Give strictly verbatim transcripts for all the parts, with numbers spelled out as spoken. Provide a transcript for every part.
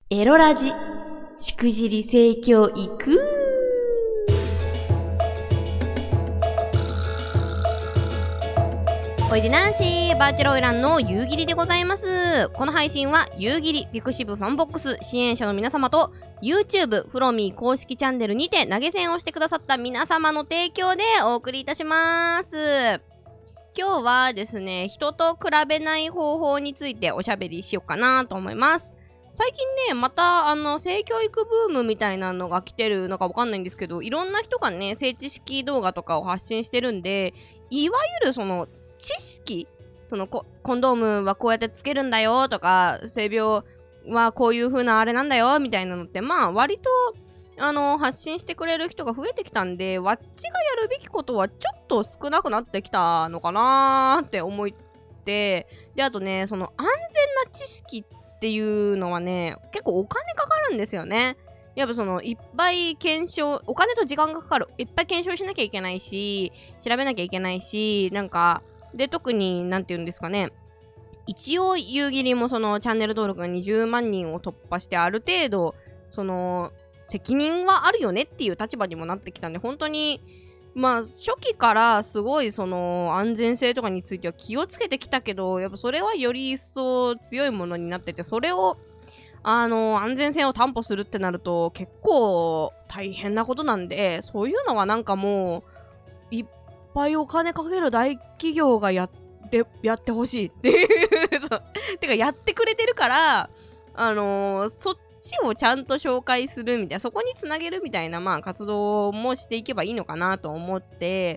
エロラジ、しくじり性教育。おいでナンシー、バーチャルオイランの夕霧でございます。この配信は夕霧ピクシブファンボックス支援者の皆様と YouTube フロミー公式チャンネルにて投げ銭をしてくださった皆様の提供でお送りいたします。今日はですね、人と比べない方法についておしゃべりしようかなと思います。最近ね、またあの性教育ブームみたいなのが来てるのかわかんないんですけど、いろんな人がね、性知識動画とかを発信してるんで、いわゆるその知識、そのココンドームはこうやってつけるんだよとか、性病はこういう風なあれなんだよみたいなのって、まあ割とあの発信してくれる人が増えてきたんで、わっちがやるべきことはちょっと少なくなってきたのかなーって思って、であとね、その安全な知識っていうのはね、結構お金かかるんですよね。やっぱそのいっぱい検証、お金と時間がかかる、いっぱい検証しなきゃいけないし、調べなきゃいけないし、なんかで特になんて言うんですかね、一応夕霧もそのチャンネル登録がにじゅうまんにんを突破して、ある程度その責任はあるよねっていう立場にもなってきたんで、本当にまあ初期からすごいその安全性とかについては気をつけてきたけど、やっぱそれはより一層強いものになってて、それをあの安全性を担保するってなると結構大変なことなんで、そういうのはなんかもういっぱいお金かける大企業がやってやってほしいっていうてかやってくれてるから、あのー、そっちをちゃんと紹介するみたいな、そこにつなげるみたいな、まあ活動もしていけばいいのかなと思って、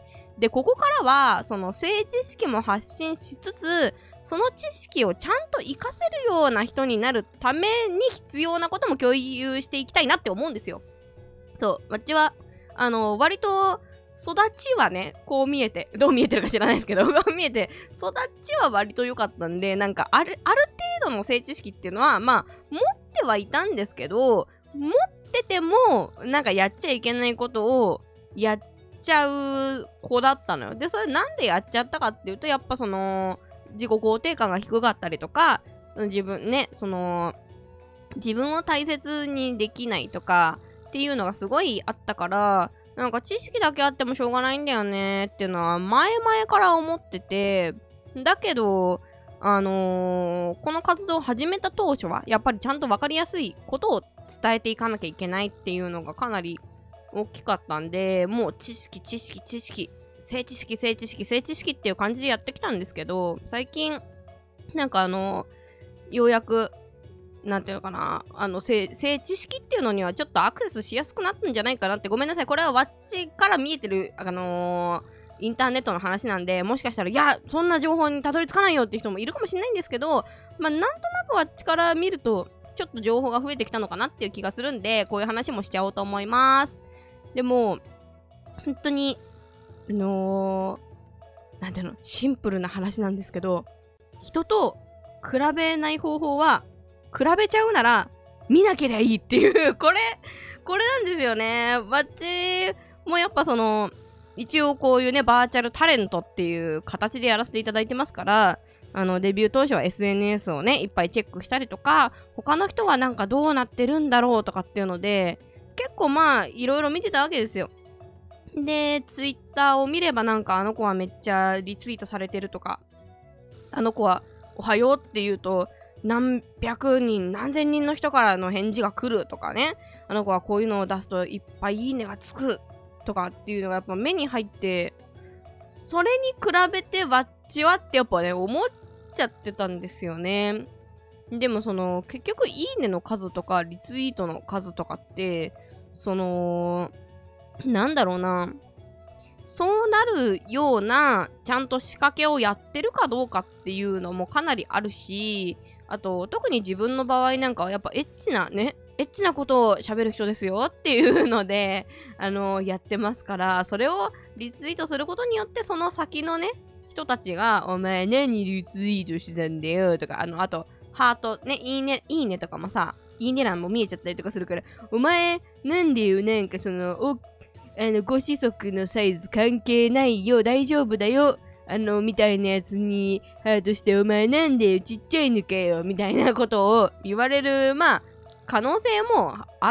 でここからはその性知識も発信しつつ、その知識をちゃんと活かせるような人になるために必要なことも共有していきたいなって思うんですよ。そう、わっちはあの割と育ちはね、こう見えて、どう見えてるか知らないですけど、こう見えて、育ちは割と良かったんで、なんかある、ある程度の性知識っていうのは、まあ、持ってはいたんですけど、持ってても、なんかやっちゃいけないことをやっちゃう子だったのよ。で、それなんでやっちゃったかっていうと、やっぱその、自己肯定感が低かったりとか、自分ね、その、自分を大切にできないとかっていうのがすごいあったから、なんか知識だけあってもしょうがないんだよねっていうのは前々から思ってて、だけど、あのー、この活動を始めた当初はやっぱりちゃんと分かりやすいことを伝えていかなきゃいけないっていうのがかなり大きかったんで、もう知識知識知識性知識性知識性知識っていう感じでやってきたんですけど、最近なんかあのー、ようやくなんていうのかな、あの性、性知識っていうのにはちょっとアクセスしやすくなったんじゃないかなって、ごめんなさい、これはわっちから見えてる、あのー、インターネットの話なんで、もしかしたらいやそんな情報にたどり着かないよって人もいるかもしれないんですけど、まあなんとなくわっちから見るとちょっと情報が増えてきたのかなっていう気がするんで、こういう話もしちゃおうと思います。でも本当にあのー、なんていうの、シンプルな話なんですけど、人と比べない方法は、比べちゃうなら見なけりゃいいっていうこれこれなんですよね。わっちもやっぱその一応こういうねバーチャルタレントっていう形でやらせていただいてますから、あのデビュー当初は エスエヌエス をねいっぱいチェックしたりとか、他の人はなんかどうなってるんだろうとかっていうので結構まあいろいろ見てたわけですよ。でツイッターを見ればなんかあの子はめっちゃリツイートされてるとか、あの子はおはようって言うと何百人何千人の人からの返事が来るとかね、あの子はこういうのを出すといっぱいいいねがつくとかっていうのがやっぱ目に入って、それに比べてわっちはってやっぱね思っちゃってたんですよね。でもその結局いいねの数とかリツイートの数とかってそのなんだろうな、そうなるようなちゃんと仕掛けをやってるかどうかっていうのもかなりあるし、あと特に自分の場合なんかはやっぱエッチなねエッチなことを喋る人ですよっていうのであのやってますから、それをリツイートすることによってその先のね人たちがお前何リツイートしてたんだよとか、あのあとハートね、いいねいいねとかもさ、いいね欄も見えちゃったりとかするから、お前なんでよ、なんかそのおあのご子息のサイズ関係ないよ、大丈夫だよ、あのみたいなやつにハートしてお前なんでよちっちゃいのかよみたいなことを言われる、まあ可能性もあって、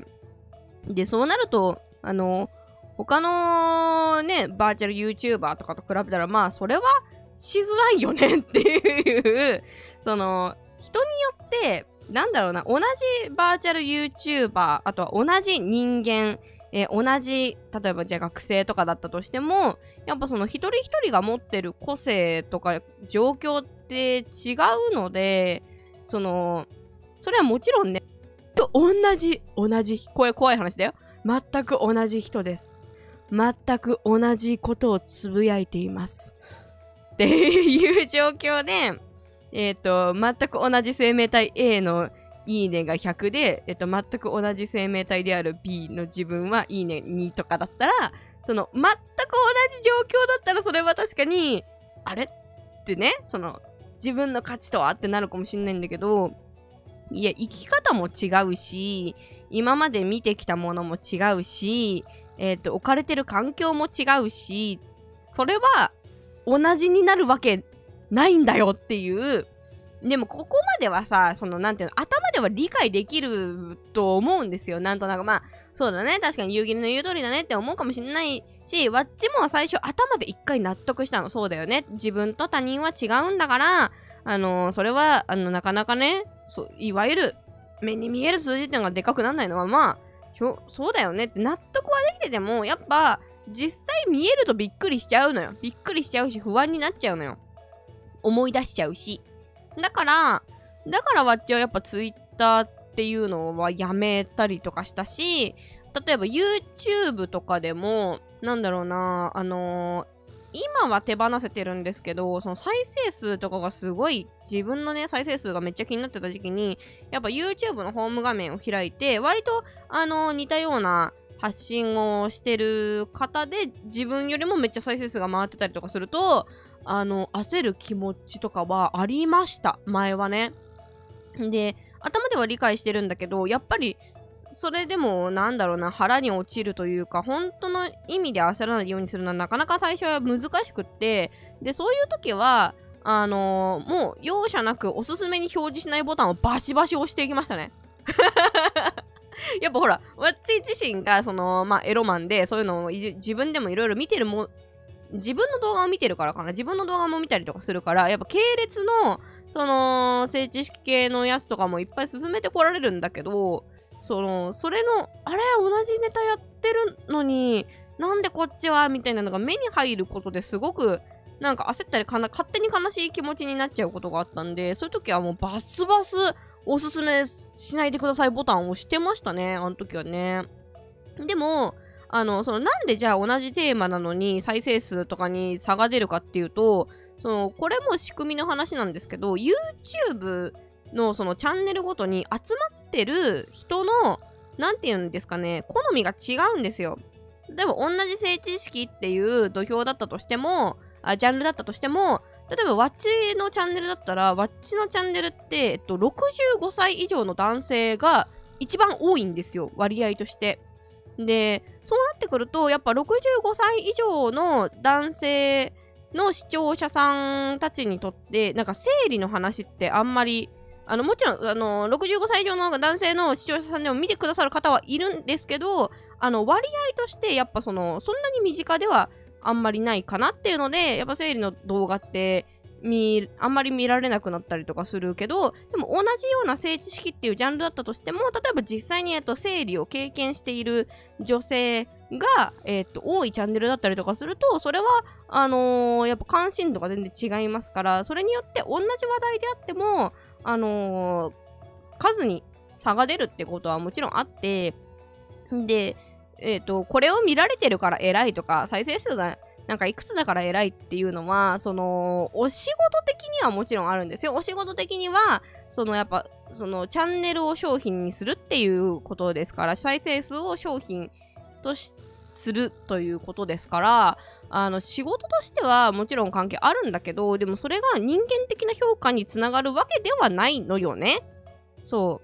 で、そうなると、あの、他のね、バーチャル YouTuber とかと比べたら、まあ、それはしづらいよねっていう、その、人によって、なんだろうな、同じバーチャル YouTuber、あとは同じ人間、えー、同じ、例えばじゃあ学生とかだったとしても、やっぱその一人一人が持ってる個性とか状況って違うので、その、それはもちろんね、同じ、同じ、これ怖い話だよ。全く同じ人です。全く同じことをつぶやいています。っていう状況で、えっと、全く同じ生命体 A のいいねがひゃくで、えっと、全く同じ生命体である B の自分はいいねにとかだったら、その、全く同じ状況だったらそれは確かに、あれってね、その、自分の価値とはってなるかもしれないんだけど、いや、生き方も違うし、今まで見てきたものも違うし、えっと、置かれてる環境も違うし、それは同じになるわけないんだよっていう。でもここまではさ、そのなんていうの、頭では理解できると思うんですよ。なんとなく、まあ、そうだね、確かに夕霧の言う通りだねって思うかもしれないし、わっちも最初頭で一回納得したの。そうだよね。自分と他人は違うんだから、あのー、それは、あの、なかなかね、そいわゆる目に見える数字っていうのがでかくならないのは、まあ、そうだよねって納得はできてても、やっぱ、実際見えるとびっくりしちゃうのよ。びっくりしちゃうし、不安になっちゃうのよ。思い出しちゃうし。だから、だからわっちはやっぱツイッターっていうのはやめたりとかしたし、例えば YouTube とかでも、なんだろうな、あのー、今は手放せてるんですけど、その再生数とかがすごい、自分のね、再生数がめっちゃ気になってた時期に、やっぱ YouTube のホーム画面を開いて、割と、あのー、似たような発信をしてる方で、自分よりもめっちゃ再生数が回ってたりとかすると、あの、焦る気持ちとかはありました。前はね。で、頭では理解してるんだけど、やっぱり、それでも、なんだろうな、腹に落ちるというか、本当の意味で焦らないようにするのはなかなか最初は難しくって、で、そういう時は、あのー、もう容赦なくおすすめに表示しないボタンをバシバシ押していきましたね。やっぱほら、わっち自身が、その、まあ、エロマンで、そういうのを自分でもいろいろ見てるも、自分の動画を見てるからかな。自分の動画も見たりとかするから、やっぱ系列の、その、性知識系のやつとかもいっぱい進めてこられるんだけど、その、それの、あれ同じネタやってるのに、なんでこっちはみたいなのが目に入ることですごく、なんか焦ったりかな、勝手に悲しい気持ちになっちゃうことがあったんで、そういう時はもうバスバスおすすめしないでくださいボタンを押してましたね、あの時はね。でも、あの、その、なんでじゃあ同じテーマなのに再生数とかに差が出るかっていうと、その、これも仕組みの話なんですけど、YouTube のそのチャンネルごとに集まってる人の、なんていうんですかね、好みが違うんですよ。例えば同じ性知識っていう土俵だったとしても、あ、ジャンルだったとしても、例えばワッチのチャンネルだったら、ワッチのチャンネルって、えっと、ろくじゅうごさい以上の男性が一番多いんですよ、割合として。で、そうなってくると、やっぱろくじゅうごさい以上の男性の視聴者さんたちにとって、なんか生理の話ってあんまり、あの、もちろん、あの、ろくじゅうごさい以上の男性の視聴者さんでも見てくださる方はいるんですけど、あの、割合として、やっぱその、そんなに身近ではあんまりないかなっていうので、やっぱ生理の動画って、見あんまり見られなくなったりとかするけど、でも同じような性知識っていうジャンルだったとしても、例えば実際に、えっと、生理を経験している女性が、えっと、多いチャンネルだったりとかすると、それはあのー、やっぱ関心度が全然違いますから、それによって同じ話題であっても、あのー、数に差が出るってことはもちろんあって、で、えっと、これを見られてるから偉いとか、再生数がなんかいくつだから偉いっていうのは、その、お仕事的にはもちろんあるんですよ。お仕事的には、そのやっぱ、そのチャンネルを商品にするっていうことですから、再生数を商品としするということですから、あの、仕事としてはもちろん関係あるんだけど、でもそれが人間的な評価につながるわけではないのよね。そう。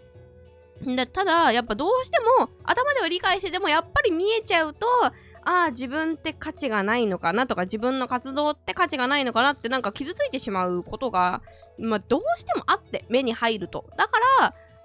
で、ただ、やっぱどうしても、頭では理解してでもやっぱり見えちゃうと、ああ、自分って価値がないのかなとか、自分の活動って価値がないのかなってなんか傷ついてしまうことが、まあ、どうしてもあって、目に入ると。だから、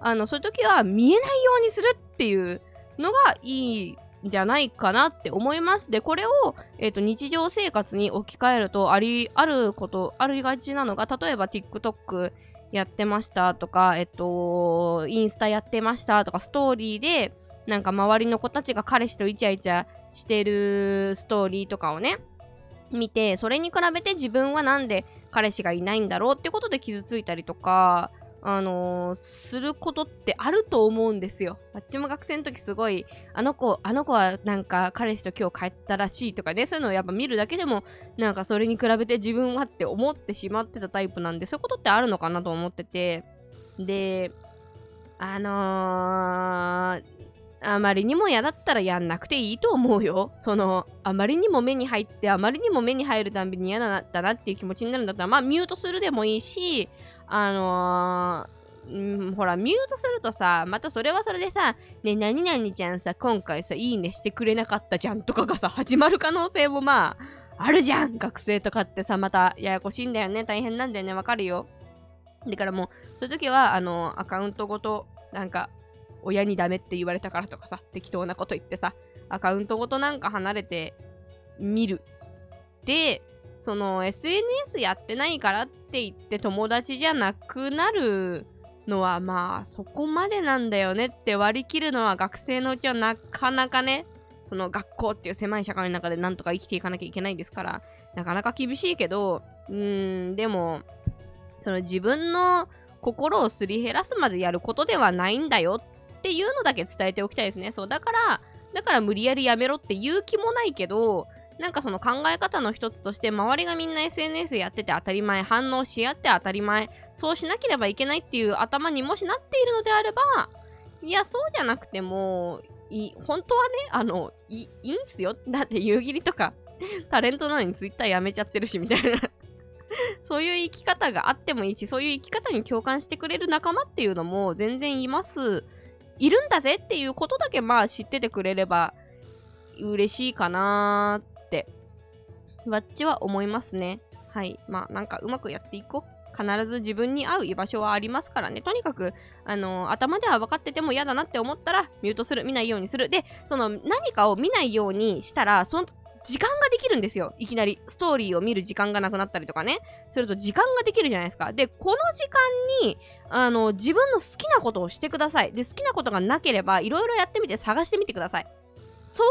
あの、そういう時は見えないようにするっていうのがいいんじゃないかなって思います。で、これを、えっと、日常生活に置き換えると、あり、あること、ありがちなのが、例えば TikTok やってましたとか、えっと、インスタやってましたとか、ストーリーで、なんか周りの子たちが彼氏とイチャイチャしてるストーリーとかをね、見て、それに比べて自分はなんで彼氏がいないんだろうってことで傷ついたりとか、あのー、することってあると思うんですよ。あっちも学生の時すごい、あの子、あの子はなんか彼氏と今日帰ったらしいとかね、そういうのをやっぱ見るだけでも、なんかそれに比べて自分はって思ってしまってたタイプなんで、そういうことってあるのかなと思ってて、で、あのー、あまりにも嫌だったらやんなくていいと思うよ。その、あまりにも目に入って、あまりにも目に入るたんびに嫌だなっていう気持ちになるんだったら、まあミュートするでもいいし、あのー、うん、ほら、ミュートするとさ、またそれはそれでさ、ね、何々ちゃんさ、今回さ、いいねしてくれなかったじゃんとかがさ、始まる可能性もまあ、あるじゃん。学生とかってさ、またややこしいんだよね。大変なんだよね。わかるよ。だからもう、そういう時は、あのー、アカウントごと、なんか、親にダメって言われたからとかさ、適当なこと言ってさ、アカウントごとなんか離れてみる。で、その エスエヌエス やってないからって言って友達じゃなくなるのはまあそこまでなんだよねって割り切るのは学生のうちはなかなかね、その学校っていう狭い社会の中でなんとか生きていかなきゃいけないですから、なかなか厳しいけど、うーん、でも、その自分の心をすり減らすまでやることではないんだよっていうのだけ伝えておきたいですね。そう、だから、だから無理やりやめろって言う気もないけど、なんかその考え方の一つとして、周りがみんな エスエヌエス やってて当たり前、反応し合って当たり前、そうしなければいけないっていう頭にもしなっているのであれば、いや、そうじゃなくても、い本当はね、あの、い、いいんすよ。だって夕霧とか、タレントなのにツイッターやめちゃってるし、みたいな。そういう生き方があってもいいし、そういう生き方に共感してくれる仲間っていうのも全然います。いるんだぜっていうことだけまあ知っててくれれば嬉しいかなーって、わっちは思いますね。はい。まあなんかうまくやっていこう。必ず自分に合う居場所はありますからね。とにかく、あのー、頭では分かってても嫌だなって思ったらミュートする、見ないようにする。で、その何かを見ないようにしたら、その時間ができるんですよ。いきなりストーリーを見る時間がなくなったりとかね、すると時間ができるじゃないですか。で、この時間にあの自分の好きなことをしてください。で、好きなことがなければいろいろやってみて探してみてください。そう、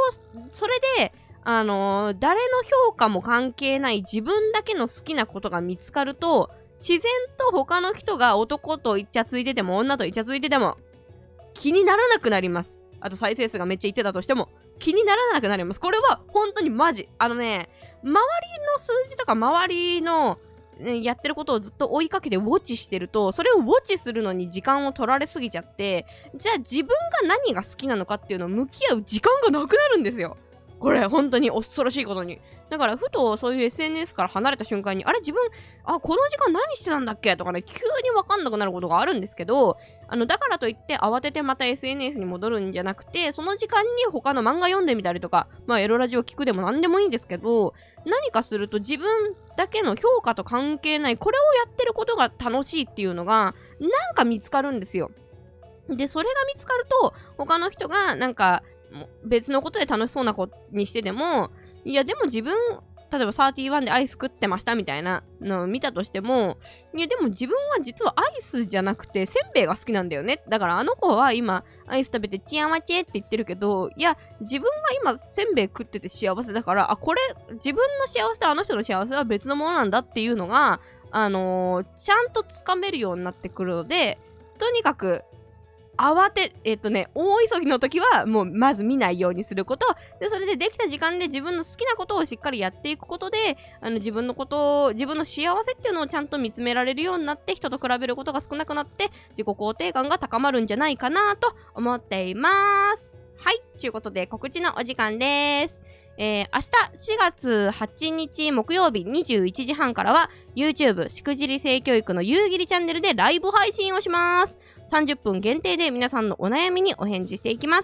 それであの誰の評価も関係ない自分だけの好きなことが見つかると、自然と他の人が男とイチャついてても女とイチャついてても気にならなくなります。あと再生数がめっちゃいってたとしても気にならなくなります。これは本当にマジ。あのね、周りの数字とか周りの、ね、やってることをずっと追いかけてウォッチしてると、それをウォッチするのに時間を取られすぎちゃって、じゃあ自分が何が好きなのかっていうのを向き合う時間がなくなるんですよ。これ本当に恐ろしいことに。だからふとそういう エスエヌエス から離れた瞬間に、あれ自分、あ、この時間何してたんだっけとかね、急にわかんなくなることがあるんですけど、あの、だからといって慌ててまた エスエヌエス に戻るんじゃなくて、その時間に他の漫画読んでみたりとか、まあエロラジオ聞くでも何でもいいんですけど、何かすると自分だけの評価と関係ない、これをやってることが楽しいっていうのが、なんか見つかるんですよ。で、それが見つかると、他の人がなんか、別のことで楽しそうな子にしてでも、いやでも自分、例えばサーティワンでアイス食ってましたみたいなのを見たとしても、いやでも自分は実はアイスじゃなくてせんべいが好きなんだよね。だからあの子は今アイス食べてチヤマチェって言ってるけど、いや自分が今せんべい食ってて幸せだから、あ、これ自分の幸せとあの人の幸せは別のものなんだっていうのが、あのー、ちゃんとつかめるようになってくるので、とにかく慌て、えっとね、大急ぎの時はもうまず見ないようにすること。で、それでできた時間で自分の好きなことをしっかりやっていくことで、あの自分のことを、自分の幸せっていうのをちゃんと見つめられるようになって、人と比べることが少なくなって、自己肯定感が高まるんじゃないかなと思っています。はい。ということで告知のお時間です。えー、明日しがつはちにち木曜日にじゅういちじはんからは YouTube しくじり性教育の夕霧チャンネルでライブ配信をします。さんじゅっぷん限定で皆さんのお悩みにお返事していきます。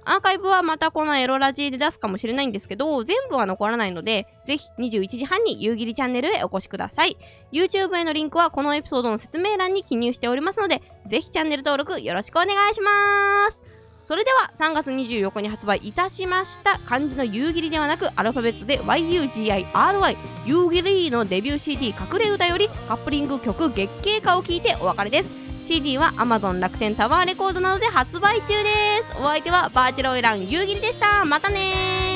アーカイブはまたこのエロラジで出すかもしれないんですけど、全部は残らないので、ぜひにじゅういちじはんに夕霧チャンネルへお越しください。YouTube へのリンクはこのエピソードの説明欄に記入しておりますので、ぜひチャンネル登録よろしくお願いします。それではさんがつにじゅうよっかに発売いたしました漢字の夕霧ではなくアルファベットで ワイユージーアイアールワイ 夕霧のデビュー シーディー 隠れ歌よりカップリング曲月経歌を聴いてお別れです。 シーディー は Amazon 楽天タワーレコードなどで発売中です。お相手はバーチャルオイラン夕霧でした。またねー。